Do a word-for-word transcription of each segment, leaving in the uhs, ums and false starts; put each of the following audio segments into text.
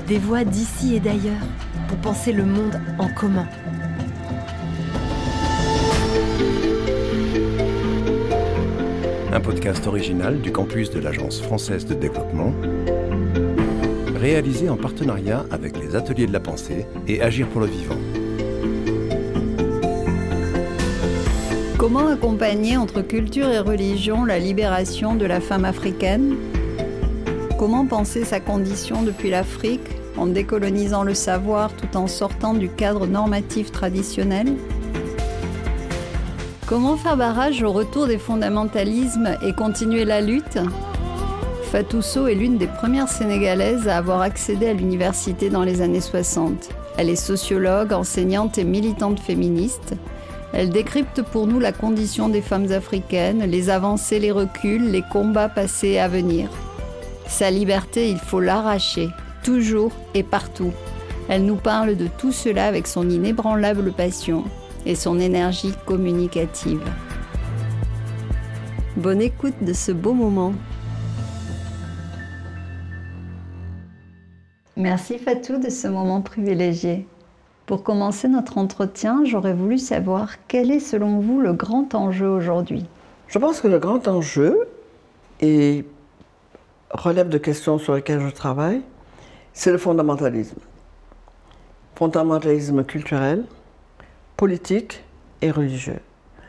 Des voix d'ici et d'ailleurs pour penser le monde en commun. Un podcast original du campus de l'Agence française de développement, réalisé en partenariat avec les Ateliers de la Pensée et Agir pour le Vivant. Comment accompagner entre culture et religion la libération de la femme africaine ? Comment penser sa condition depuis l'Afrique en décolonisant le savoir tout en sortant du cadre normatif traditionnel ? Comment faire barrage au retour des fondamentalismes et continuer la lutte ? Fatou Sow est l'une des premières Sénégalaises à avoir accédé à l'université dans les années soixante. Elle est sociologue, enseignante et militante féministe. Elle décrypte pour nous la condition des femmes africaines, les avancées, les reculs, les combats passés et à venir. Sa liberté, il faut l'arracher, toujours et partout. Elle nous parle de tout cela avec son inébranlable passion et son énergie communicative. Bonne écoute de ce beau moment. Merci Fatou de ce moment privilégié. Pour commencer notre entretien, j'aurais voulu savoir quel est selon vous le grand enjeu aujourd'hui ? Je pense que le grand enjeu est relève de questions sur lesquelles je travaille, c'est le fondamentalisme. Fondamentalisme culturel, politique et religieux.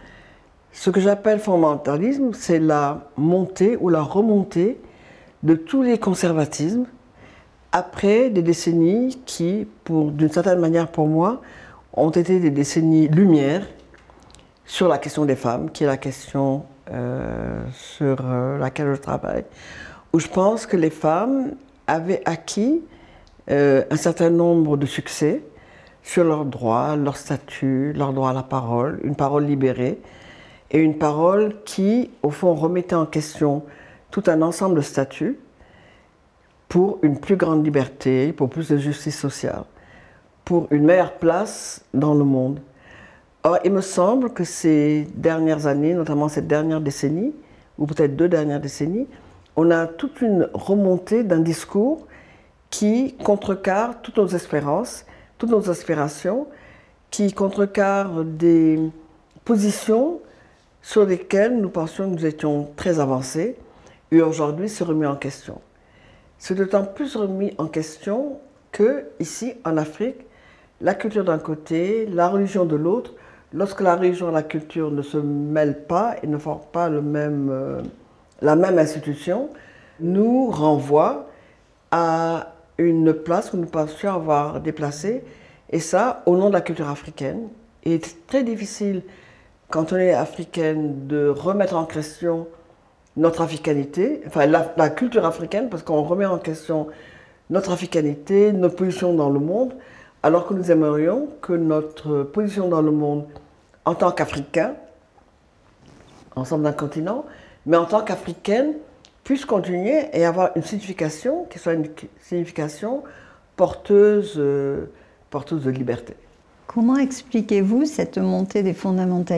Ce que j'appelle fondamentalisme, c'est la montée ou la remontée de tous les conservatismes après des décennies qui, pour, d'une certaine manière pour moi, ont été des décennies lumière sur la question des femmes, qui est la question euh, sur euh, laquelle je travaille, où je pense que les femmes avaient acquis euh, un certain nombre de succès sur leurs droits, leur statut, leur droit à la parole, une parole libérée, et une parole qui, au fond, remettait en question tout un ensemble de statuts pour une plus grande liberté, pour plus de justice sociale, pour une meilleure place dans le monde. Or, il me semble que ces dernières années, notamment cette dernière décennie, ou peut-être deux dernières décennies, on a toute une remontée d'un discours qui contrecarre toutes nos espérances, toutes nos aspirations, qui contrecarre des positions sur lesquelles nous pensions que nous étions très avancés, et aujourd'hui c'est remis en question. C'est d'autant plus remis en question que, ici, en Afrique, la culture d'un côté, la religion de l'autre, lorsque la religion et la culture ne se mêlent pas et ne forment pas le même... Euh, la même institution, nous renvoie à une place où nous pensions avoir déplacé, et ça, au nom de la culture africaine. Et c'est très difficile, quand on est africaine, de remettre en question notre africanité, enfin la, la culture africaine, parce qu'on remet en question notre africanité, notre position dans le monde, alors que nous aimerions que notre position dans le monde, en tant qu'Africains, ensemble d'un continent, mais en tant qu'Africaine, puisse continuer et avoir une signification qui soit une signification porteuse, euh, porteuse de liberté. Comment expliquez-vous cette montée des fondamentalismes ?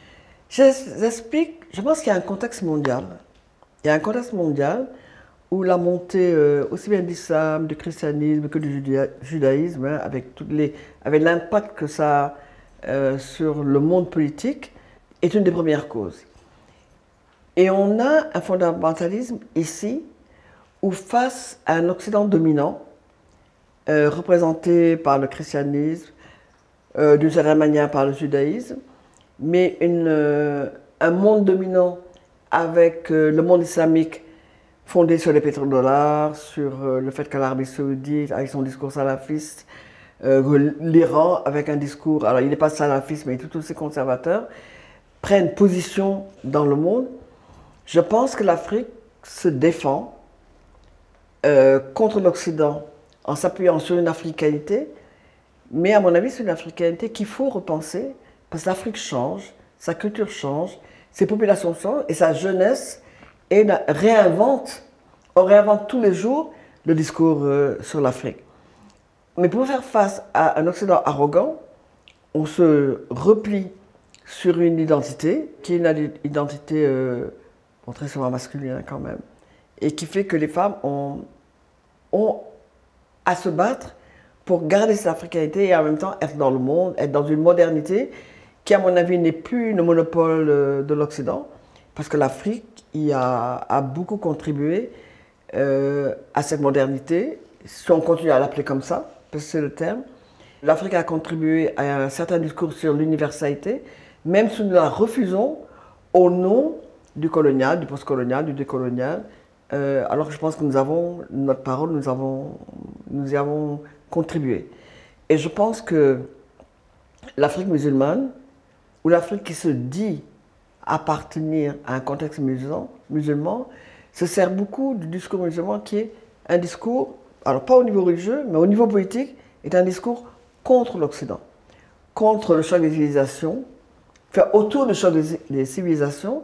J'explique, je pense qu'il y a un contexte mondial. Il y a un contexte mondial où la montée euh, aussi bien de l'islam, du christianisme que du juda- judaïsme, hein, avec, toutes les, avec l'impact que ça a euh, sur le monde politique, est une des premières causes. Et on a un fondamentalisme ici où face à un Occident dominant, euh, représenté par le christianisme, euh, d'une certaine manière par le judaïsme, mais une, euh, un monde dominant avec euh, le monde islamique fondé sur les pétrodollars, sur euh, le fait que l'Arabie saoudite, avec son discours salafiste, euh, l'Iran avec un discours, alors il n'est pas salafiste, mais tout aussi conservateur, prennent position dans le monde. Je pense que l'Afrique se défend euh, contre l'Occident en s'appuyant sur une africanité, mais à mon avis, c'est une africanité qu'il faut repenser, parce que l'Afrique change, sa culture change, ses populations changent, et sa jeunesse et réinvente, on réinvente tous les jours le discours euh, sur l'Afrique. Mais pour faire face à un Occident arrogant, on se replie sur une identité, qui est une identité euh, bon, très souvent masculine quand même, et qui fait que les femmes ont, ont à se battre pour garder cette africanité et en même temps être dans le monde, être dans une modernité qui, à mon avis, n'est plus le monopole de l'Occident, parce que l'Afrique y a, a beaucoup contribué euh, à cette modernité, si on continue à l'appeler comme ça, parce que c'est le terme. L'Afrique a contribué à un certain discours sur l'universalité, même si nous la refusons au nom du colonial, du postcolonial, du décolonial, euh, alors que je pense que nous avons, notre parole, nous, avons, nous y avons contribué. Et je pense que l'Afrique musulmane, ou l'Afrique qui se dit appartenir à un contexte musulman, musulman, se sert beaucoup du discours musulman qui est un discours, alors pas au niveau religieux, mais au niveau politique, est un discours contre l'Occident, contre le choc des civilisations, enfin, autour du choc des civilisations,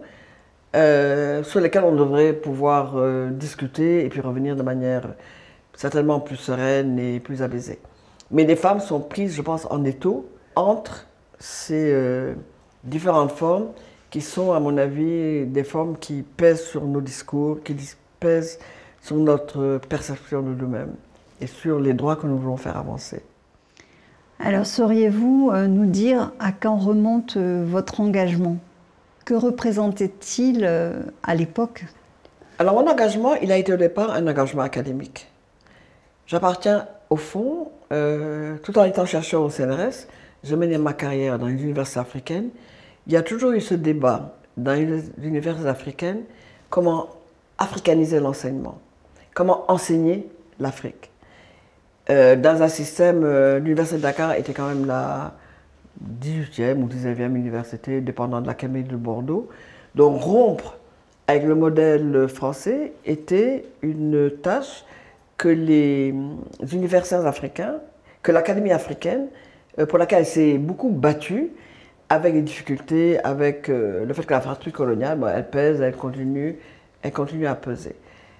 euh, sur lesquelles on devrait pouvoir euh, discuter et puis revenir de manière certainement plus sereine et plus apaisée. Mais les femmes sont prises, je pense, en étau entre ces euh, différentes formes qui sont, à mon avis, des formes qui pèsent sur nos discours, qui pèsent sur notre perception de nous-mêmes et sur les droits que nous voulons faire avancer. Alors, sauriez-vous euh, nous dire à quand remonte euh, votre engagement? Que représentait-il euh, à l'époque? Alors, mon engagement, il a été au départ un engagement académique. J'appartiens, au fond, euh, tout en étant chercheur au C N R S, je menais ma carrière dans les universités africaines. Il y a toujours eu ce débat dans les universités africaines, comment africaniser l'enseignement, comment enseigner l'Afrique. Euh, dans un système, euh, l'université de Dakar était quand même la dix-huitième ou dix-neuvième université, dépendant de l'Académie de Bordeaux. Donc rompre avec le modèle français était une tâche que les universités africains, que l'Académie africaine, euh, pour laquelle elle s'est beaucoup battue, avec les difficultés, avec euh, le fait que la fratrie coloniale, bon, elle pèse, elle continue, elle continue à peser.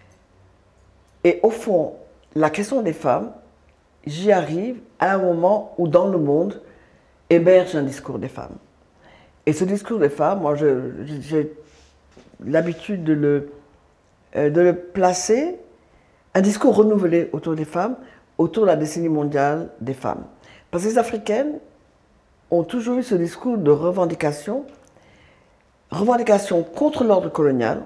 Et au fond, la question des femmes, j'y arrive à un moment où dans le monde émerge un discours des femmes. Et ce discours des femmes, moi j'ai l'habitude de le, euh, de le placer, un discours renouvelé autour des femmes, autour de la décennie mondiale des femmes. Parce que les Africaines ont toujours eu ce discours de revendication, revendication contre l'ordre colonial,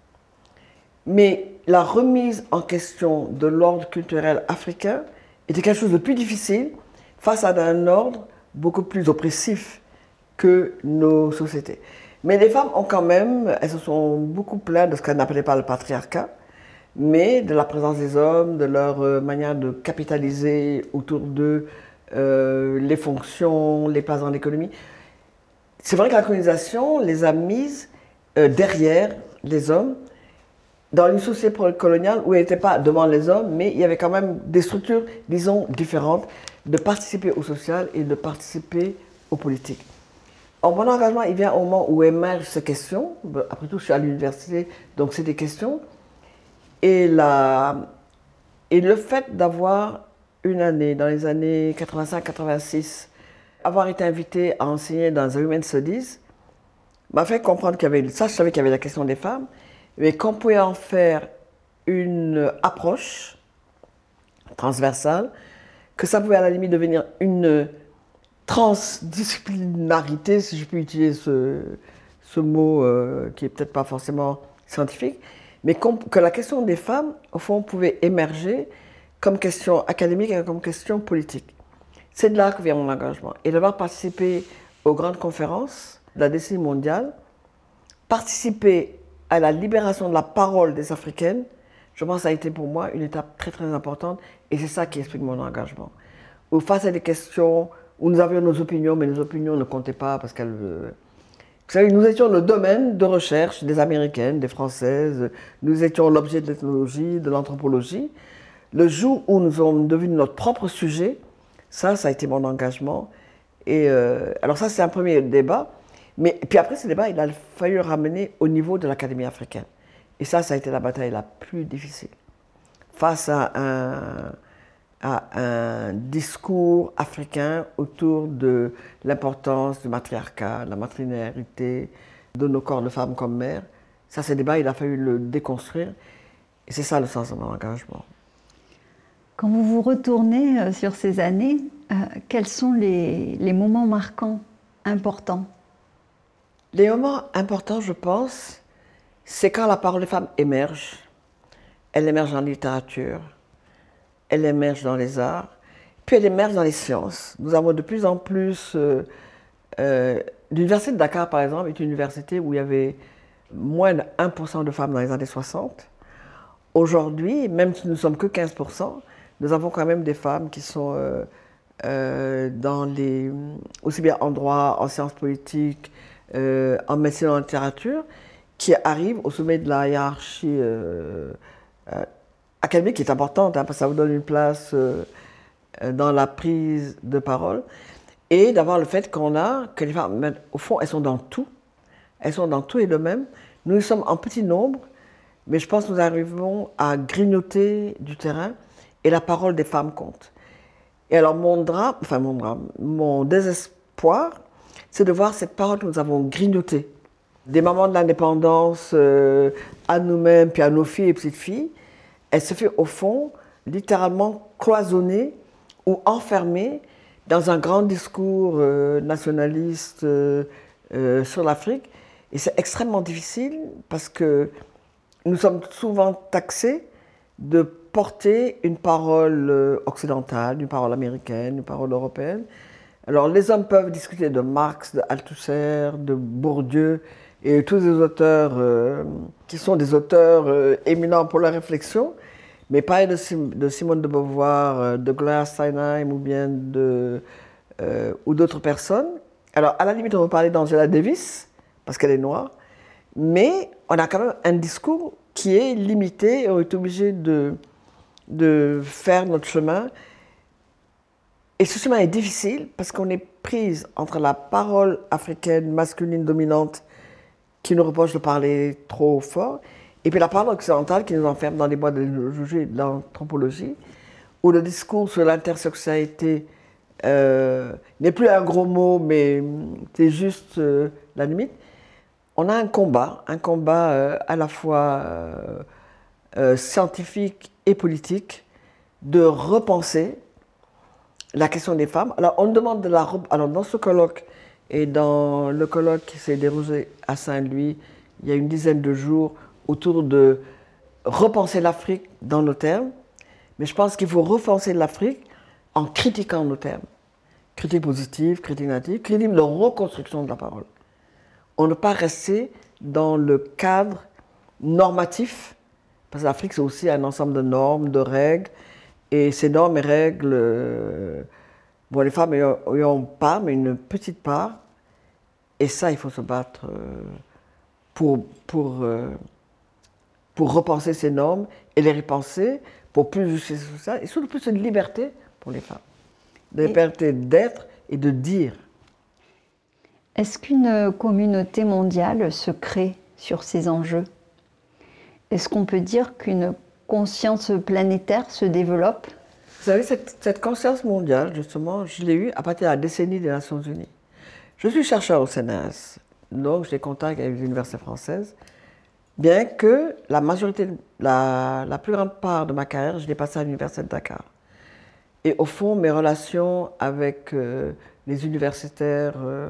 mais la remise en question de l'ordre culturel africain était quelque chose de plus difficile face à un ordre beaucoup plus oppressif que nos sociétés. Mais les femmes ont quand même, elles se sont beaucoup plaintes de ce qu'elles n'appelaient pas le patriarcat, mais de la présence des hommes, de leur manière de capitaliser autour d'eux euh, les fonctions, les places dans l'économie. C'est vrai que la colonisation les a mises euh, derrière les hommes, dans une société coloniale où elle n'était pas devant les hommes, mais il y avait quand même des structures, disons, différentes, de participer au social et de participer aux politiques. En mon engagement, il vient au moment où émergent ces questions. Après tout, je suis à l'université, donc c'est des questions. Et, la... et le fait d'avoir une année, dans les années quatre-vingt-cinq quatre-vingt-six, avoir été invité à enseigner dans un Women's Studies, m'a fait comprendre qu'il y avait, ça je savais qu'il y avait la question des femmes, mais qu'on pouvait en faire une approche transversale, que ça pouvait à la limite devenir une transdisciplinarité, si je puis utiliser ce, ce mot euh, qui n'est peut-être pas forcément scientifique, mais que la question des femmes, au fond, pouvait émerger comme question académique et comme question politique. C'est de là que vient mon engagement. Et d'avoir participé aux grandes conférences de la décennie mondiale, participer à la libération de la parole des Africaines, je pense que ça a été pour moi une étape très très importante et c'est ça qui explique mon engagement. Où face à des questions où nous avions nos opinions, mais nos opinions ne comptaient pas parce qu'elles... Vous savez, nous étions le domaine de recherche des Américaines, des Françaises, nous étions l'objet de l'ethnologie, de l'anthropologie. Le jour où nous sommes devenus notre propre sujet, ça, ça a été mon engagement. Et euh, alors ça, c'est un premier débat. Mais puis après ce débat, il a fallu le ramener au niveau de l'Académie africaine. Et ça, ça a été la bataille la plus difficile. Face à un, à un discours africain autour de l'importance du matriarcat, de la matrinarité, de nos corps de femmes comme mères, ça, ce débat, il a fallu le déconstruire. Et c'est ça le sens de mon engagement. Quand vous vous retournez sur ces années, euh, quels sont les, les moments marquants, importants? Les moments importants, je pense, c'est quand la parole des femmes émerge. Elle émerge en littérature, elle émerge dans les arts, puis elle émerge dans les sciences. Nous avons de plus en plus... Euh, euh, l'université de Dakar, par exemple, est une université où il y avait moins de un pour cent de femmes dans les années soixante. Aujourd'hui, même si nous ne sommes que quinze pour cent, nous avons quand même des femmes qui sont euh, euh, dans les, aussi bien en droit, en sciences politiques, euh, en médecine, en littérature, qui arrivent au sommet de la hiérarchie euh, euh, académique, qui est importante, hein, parce que ça vous donne une place euh, dans la prise de parole. Et d'avoir le fait qu'on a, que les femmes, au fond, elles sont dans tout. Elles sont dans tout et le même. Nous sommes en petit nombre, mais je pense que nous arrivons à grignoter du terrain et la parole des femmes compte. Et alors mon drame, enfin mon drame, mon désespoir, c'est de voir cette parole que nous avons grignotée. Des mamans de l'indépendance euh, à nous-mêmes, puis à nos filles et petites filles, elle se fait au fond littéralement cloisonnée ou enfermée dans un grand discours euh, nationaliste euh, euh, sur l'Afrique. Et c'est extrêmement difficile parce que nous sommes souvent taxés de porter une parole euh, occidentale, une parole américaine, une parole européenne. Alors les hommes peuvent discuter de Marx, de Althusser, de Bourdieu et tous les auteurs euh, qui sont des auteurs euh, éminents pour la réflexion, mais pas de, Sim de Simone de Beauvoir, de Gloria Steinem ou bien de, euh, ou d'autres personnes. Alors à la limite on peut parler d'Angela Davis, parce qu'elle est noire, mais on a quand même un discours qui est limité et on est obligé de, de faire notre chemin. Et ce chemin est difficile parce qu'on est prise entre la parole africaine masculine dominante qui nous reproche de parler trop fort, et puis la parole occidentale qui nous enferme dans les bois de l'idéologie et de l'anthropologie, où le discours sur l'intersexualité euh, n'est plus un gros mot, mais c'est juste euh, la limite. On a un combat, un combat euh, à la fois euh, euh, scientifique et politique, de repenser la question des femmes. Alors on demande de la... Alors dans ce colloque, et dans le colloque qui s'est déroulé à Saint-Louis, il y a une dizaine de jours, autour de repenser l'Afrique dans nos termes. Mais je pense qu'il faut repenser l'Afrique en critiquant nos termes. Critique positive, critique négative, critique de reconstruction de la parole. On ne peut pas rester dans le cadre normatif, parce que l'Afrique c'est aussi un ensemble de normes, de règles, et ces normes et règles, euh, bon les femmes y ont pas, mais une petite part, et ça il faut se battre euh, pour, pour, euh, pour repenser ces normes et les repenser pour plus de justice sociale et surtout plus de liberté pour les femmes, de liberté d'être et de dire. Est-ce qu'une communauté mondiale se crée sur ces enjeux? Est-ce qu'on peut dire qu'une conscience planétaire se développe? Vous savez, cette, cette conscience mondiale, justement, je l'ai eue à partir de la décennie des Nations Unies. Je suis chercheur au C N R S, donc j'ai contact avec les universités françaises, bien que la majorité, la, la plus grande part de ma carrière, je l'ai passée à l'université de Dakar. Et au fond, mes relations avec euh, les universitaires euh,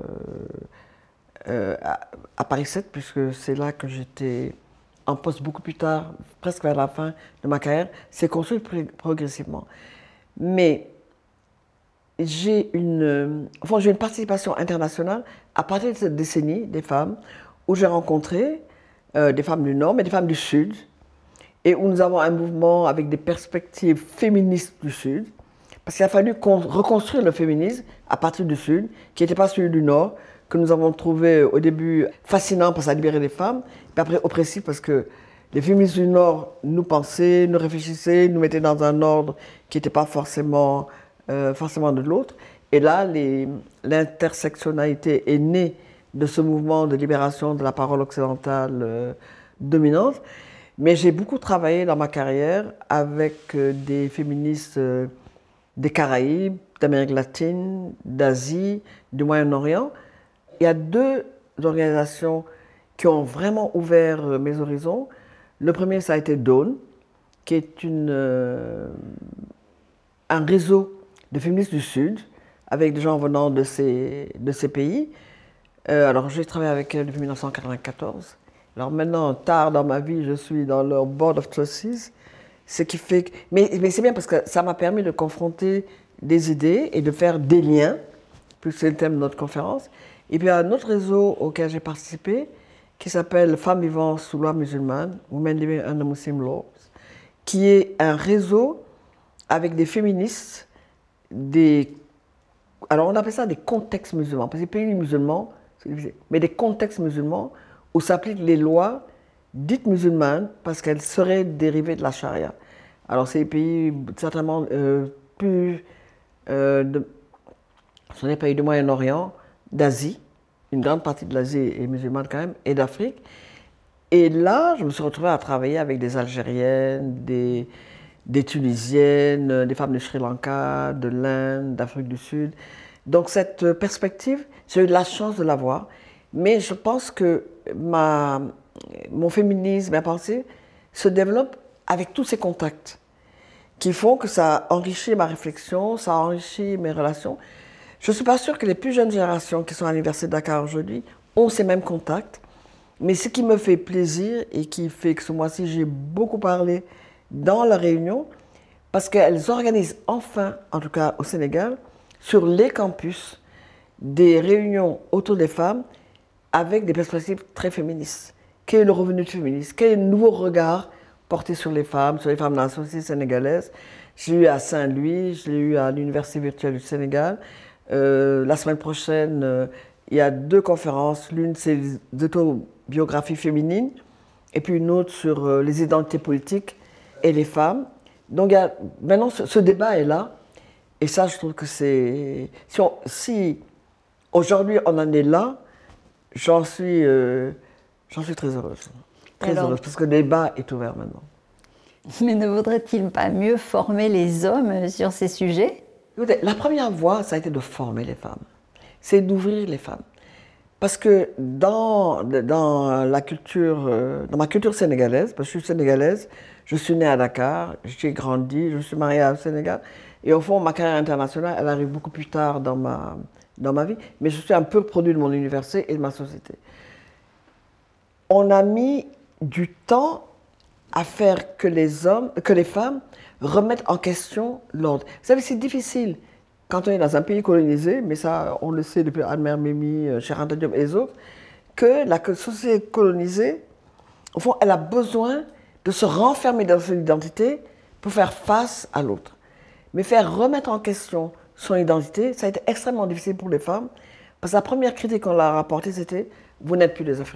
euh, à, à Paris sept, puisque c'est là que j'étais en poste beaucoup plus tard, presque vers la fin de ma carrière, s'est construite progressivement. Mais j'ai une, enfin, j'ai une participation internationale à partir de cette décennie des femmes, où j'ai rencontré euh, des femmes du Nord, mais des femmes du Sud, et où nous avons un mouvement avec des perspectives féministes du Sud, parce qu'il a fallu reconstruire le féminisme à partir du Sud, qui n'était pas celui du Nord, que nous avons trouvé au début fascinant parce que ça libérait les femmes, puis après oppressif parce que les féministes du Nord nous pensaient, nous réfléchissaient, nous mettaient dans un ordre qui n'était pas forcément, euh, forcément de l'autre. Et là, l'intersectionnalité est née de ce mouvement de libération de la parole occidentale euh, dominante. Mais j'ai beaucoup travaillé dans ma carrière avec euh, des féministes euh, des Caraïbes, d'Amérique latine, d'Asie, du Moyen-Orient. Il y a deux organisations qui ont vraiment ouvert mes horizons. Le premier, ça a été Dawn, qui est une, euh, un réseau de féministes du Sud, avec des gens venant de ces, de ces pays. Euh, alors, j'ai travaillé avec elles depuis mille neuf cent quatre-vingt-quatorze. Alors maintenant, tard dans ma vie, je suis dans leur Board of Trustees, ce qui fait que... Mais, mais c'est bien parce que ça m'a permis de confronter des idées et de faire des liens, plus c'est le thème de notre conférence. Et puis, il y a un autre réseau auquel j'ai participé, qui s'appelle Femmes vivant sous loi musulmane, Women Living Under Muslim Laws, qui est un réseau avec des féministes, des... Alors on appelle ça des contextes musulmans, parce que les pays musulmans, mais des contextes musulmans où s'appliquent les lois dites musulmanes parce qu'elles seraient dérivées de la charia. Alors c'est des pays certainement euh, plus... Euh, de... Ce sont des pays du Moyen-Orient, d'Asie, une grande partie de l'Asie est musulmane quand même, et d'Afrique. Et là, je me suis retrouvée à travailler avec des Algériennes, des, des Tunisiennes, des femmes du Sri Lanka, de l'Inde, d'Afrique du Sud. Donc cette perspective, j'ai eu de la chance de l'avoir, mais je pense que ma, mon féminisme, ma pensée, se développe avec tous ces contacts qui font que ça enrichit ma réflexion, ça enrichit mes relations. Je ne suis pas sûre que les plus jeunes générations qui sont à l'Université de Dakar aujourd'hui ont ces mêmes contacts. Mais ce qui me fait plaisir et qui fait que ce mois-ci, j'ai beaucoup parlé dans la réunion, parce qu'elles organisent enfin, en tout cas au Sénégal, sur les campus, des réunions autour des femmes avec des perspectives très féministes. Quel est le revenu féministe? Quel est le nouveau regard porté sur les femmes, sur les femmes dans la société sénégalaise? Je l'ai eu à Saint-Louis, je l'ai eu à l'Université virtuelle du Sénégal. Euh, la semaine prochaine, euh, il y a deux conférences. L'une, c'est les autobiographies féminines, et puis une autre sur euh, les identités politiques et les femmes. Donc il y a, maintenant, ce, ce débat est là. Et ça, je trouve que c'est... Si, on, si aujourd'hui on en est là, j'en suis, euh, j'en suis très heureuse. Très Alors, heureuse, parce que le débat est ouvert maintenant. Mais ne vaudrait-il pas mieux former les hommes sur ces sujets? Écoutez, la première voie, ça a été de former les femmes. C'est d'ouvrir les femmes. Parce que dans, dans, la culture, dans ma culture sénégalaise, parce que je suis sénégalaise, je suis née à Dakar, j'ai grandi, je suis mariée au Sénégal. Et au fond, ma carrière internationale, elle arrive beaucoup plus tard dans ma, dans ma vie. Mais je suis un peu produit de mon université et de ma société. On a mis du temps à faire que les hommes, que les femmes remettent en question l'ordre. Vous savez, c'est difficile quand on est dans un pays colonisé, mais ça, on le sait depuis Anne-Mère Mémy, Cheikh Anta Diop et les autres, que la société colonisée, au fond, elle a besoin de se renfermer dans son identité pour faire face à l'autre. Mais faire remettre en question son identité, ça a été extrêmement difficile pour les femmes, parce que la première critique qu'on leur a apportée, c'était « vous n'êtes plus des Africaines ».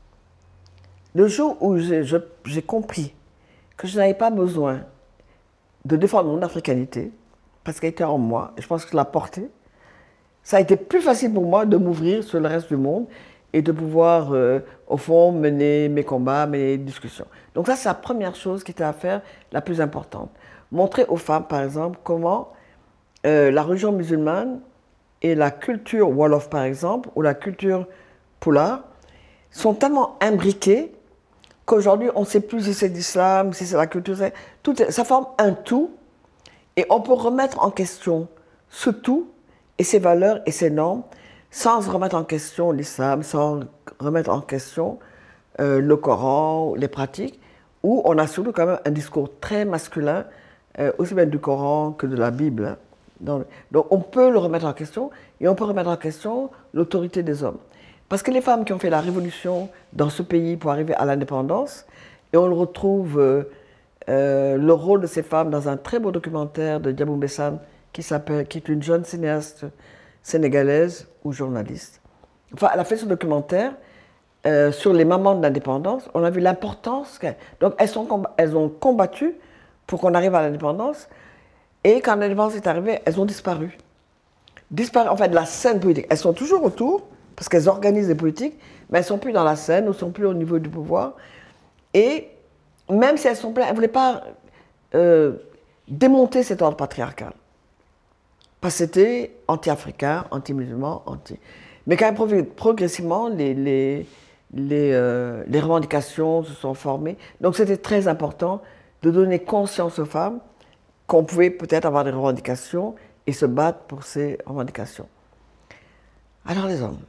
Le jour où j'ai, je, j'ai compris que je n'avais pas besoin de défendre mon africanité, parce qu'elle était en moi, et je pense que je l'ai portée, ça a été plus facile pour moi de m'ouvrir sur le reste du monde et de pouvoir, euh, au fond, mener mes combats, mes discussions. Donc ça, c'est la première chose qui était à faire, la plus importante. Montrer aux femmes, par exemple, comment euh, la religion musulmane et la culture Wolof, par exemple, ou la culture Pulaar, sont tellement imbriquées qu'aujourd'hui, on ne sait plus si c'est l'islam, si c'est la culture, tout, ça forme un tout, et on peut remettre en question ce tout, et ses valeurs et ses normes, sans remettre en question l'islam, sans remettre en question euh, le Coran, les pratiques, où on a surtout quand même un discours très masculin, euh, aussi bien du Coran que de la Bible. Hein. Donc, donc on peut le remettre en question, et on peut remettre en question l'autorité des hommes. Parce que les femmes qui ont fait la révolution dans ce pays pour arriver à l'indépendance, et on le retrouve, euh, euh, le rôle de ces femmes dans un très beau documentaire de Diabou Mbessane, qui s'appelle, qui est une jeune cinéaste sénégalaise ou journaliste. Enfin, elle a fait ce documentaire euh, sur les mamans de l'indépendance. On a vu l'importance qu'elles... Donc, elles, sont, elles ont combattu pour qu'on arrive à l'indépendance. Et quand l'indépendance est arrivée, elles ont disparu. Disparu, en fait, de la scène politique. Elles sont toujours autour, parce qu'elles organisent des politiques, mais elles ne sont plus dans la scène, elles ne sont plus au niveau du pouvoir. Et même si elles sont pleines, elles ne voulaient pas euh, démonter cet ordre patriarcal. Parce que c'était anti-africain, anti-musulman, anti... Mais quand même, progressivement, les, les, les, euh, les revendications se sont formées. Donc c'était très important de donner conscience aux femmes qu'on pouvait peut-être avoir des revendications et se battre pour ces revendications. Alors les hommes,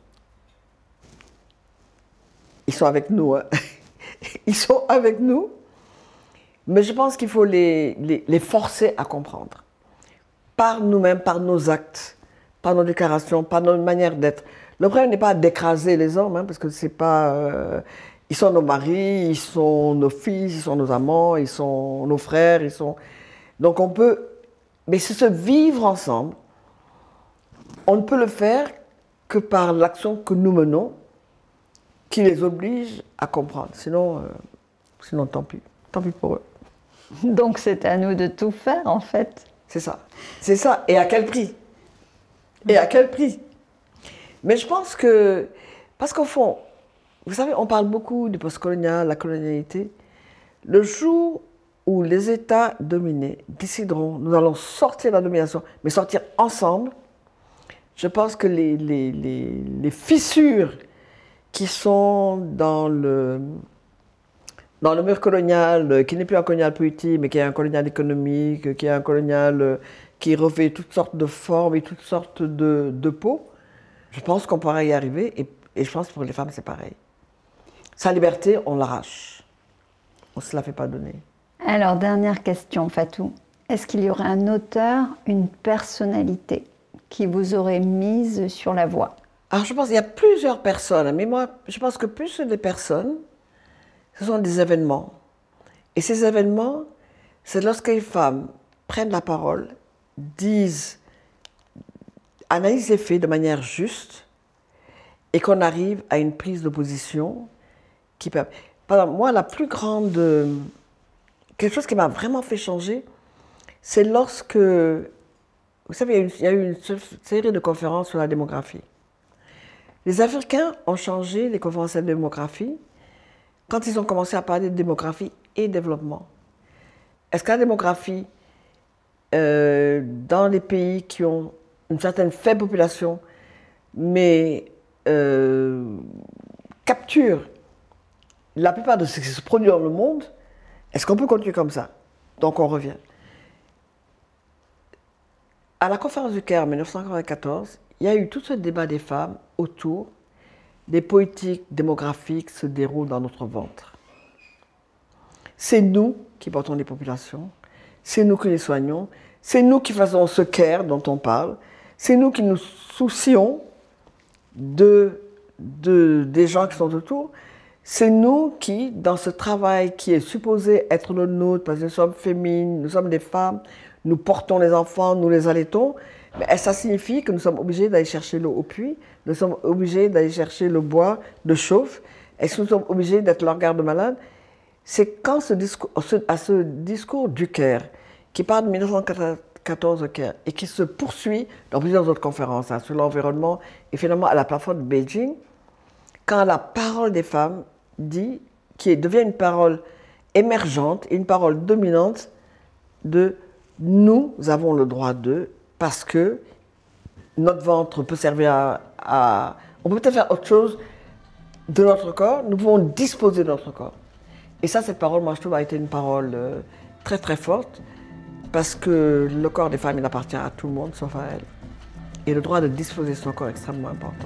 ils sont avec nous, hein. Ils sont avec nous, mais je pense qu'il faut les, les, les forcer à comprendre. Par nous-mêmes, par nos actes, par nos déclarations, par notre manière d'être. Le problème n'est pas d'écraser les hommes, hein, parce que c'est pas... Euh, ils sont nos maris, ils sont nos fils, ils sont nos amants, ils sont nos frères, ils sont... Donc on peut... Mais c'est se vivre ensemble. On ne peut le faire que par l'action que nous menons, qui les oblige à comprendre. Sinon, euh, sinon tant pis. Tant pis pour eux. Donc c'est à nous de tout faire, en fait. C'est ça. C'est ça. Et à quel prix? Et à quel prix? Mais je pense que... Parce qu'au fond, vous savez, on parle beaucoup du postcolonial, la colonialité. Le jour où les États dominés décideront, nous allons sortir de la domination, mais sortir ensemble, je pense que les, les, les, les fissures qui sont dans le, dans le mur colonial, qui n'est plus un colonial politique, mais qui est un colonial économique, qui est un colonial qui revêt toutes sortes de formes et toutes sortes de, de peaux, je pense qu'on pourra y arriver, et, et je pense que pour les femmes, c'est pareil. Sa liberté, on l'arrache. On ne se la fait pas donner. Alors, dernière question, Fatou. Est-ce qu'il y aurait un auteur, une personnalité qui vous aurait mise sur la voie? Alors, je pense qu'il y a plusieurs personnes, mais moi, je pense que plus que des personnes, ce sont des événements. Et ces événements, c'est lorsque les femmes prennent la parole, disent, analysent les faits de manière juste, et qu'on arrive à une prise de position qui peut... Par exemple, moi, la plus grande... Quelque chose qui m'a vraiment fait changer, c'est lorsque... Vous savez, il y a eu une, il y a eu une série de conférences sur la démographie. Les Africains ont changé les conférences sur la démographie quand ils ont commencé à parler de démographie et développement. Est-ce que la démographie, euh, dans les pays qui ont une certaine faible population, mais euh, capture la plupart de ce qui se produit dans le monde, est-ce qu'on peut continuer comme ça? Donc on revient. À la conférence du Caire en mille neuf cent quatre-vingt-quatorze, il y a eu tout ce débat des femmes autour des politiques démographiques qui se déroulent dans notre ventre. C'est nous qui portons les populations, c'est nous qui les soignons, c'est nous qui faisons ce care dont on parle, c'est nous qui nous soucions de, de, des gens qui sont autour, c'est nous qui, dans ce travail qui est supposé être le nôtre, parce que nous sommes féminines, nous sommes des femmes, nous portons les enfants, nous les allaitons, mais ça signifie que nous sommes obligés d'aller chercher l'eau au puits, nous sommes obligés d'aller chercher le bois de chauffe, est-ce que nous sommes obligés d'être leur garde-malade? C'est quand ce discours, à ce discours du Caire, qui part de mille neuf cent quatre-vingt-quatorze au Caire, et qui se poursuit dans plusieurs autres conférences hein, sur l'environnement, et finalement à la plateforme de Beijing, quand la parole des femmes dit, qui devient une parole émergente, une parole dominante de « nous avons le droit d'eux » parce que notre ventre peut servir à, à... On peut peut-être faire autre chose de notre corps, nous pouvons disposer de notre corps. Et ça, cette parole, moi je trouve, a été une parole euh, très très forte parce que le corps des femmes, il appartient à tout le monde, sauf à elles. Et le droit de disposer de son corps est extrêmement important.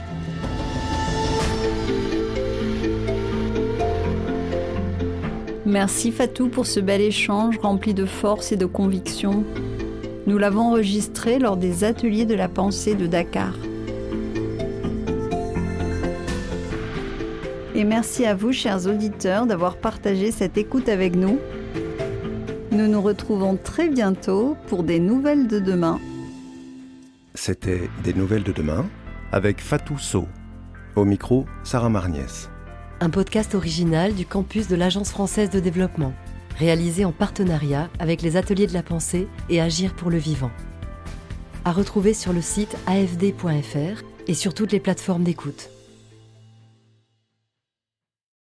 Merci Fatou pour ce bel échange rempli de force et de conviction. Nous l'avons enregistré lors des ateliers de la pensée de Dakar. Et merci à vous, chers auditeurs, d'avoir partagé cette écoute avec nous. Nous nous retrouvons très bientôt pour des nouvelles de demain. C'était Des nouvelles de demain avec Fatou Sow. Au micro, Sarah Marniès. Un podcast original du campus de l'Agence française de développement, réalisé en partenariat avec les Ateliers de la pensée et Agir pour le vivant. À retrouver sur le site a f d point f r et sur toutes les plateformes d'écoute.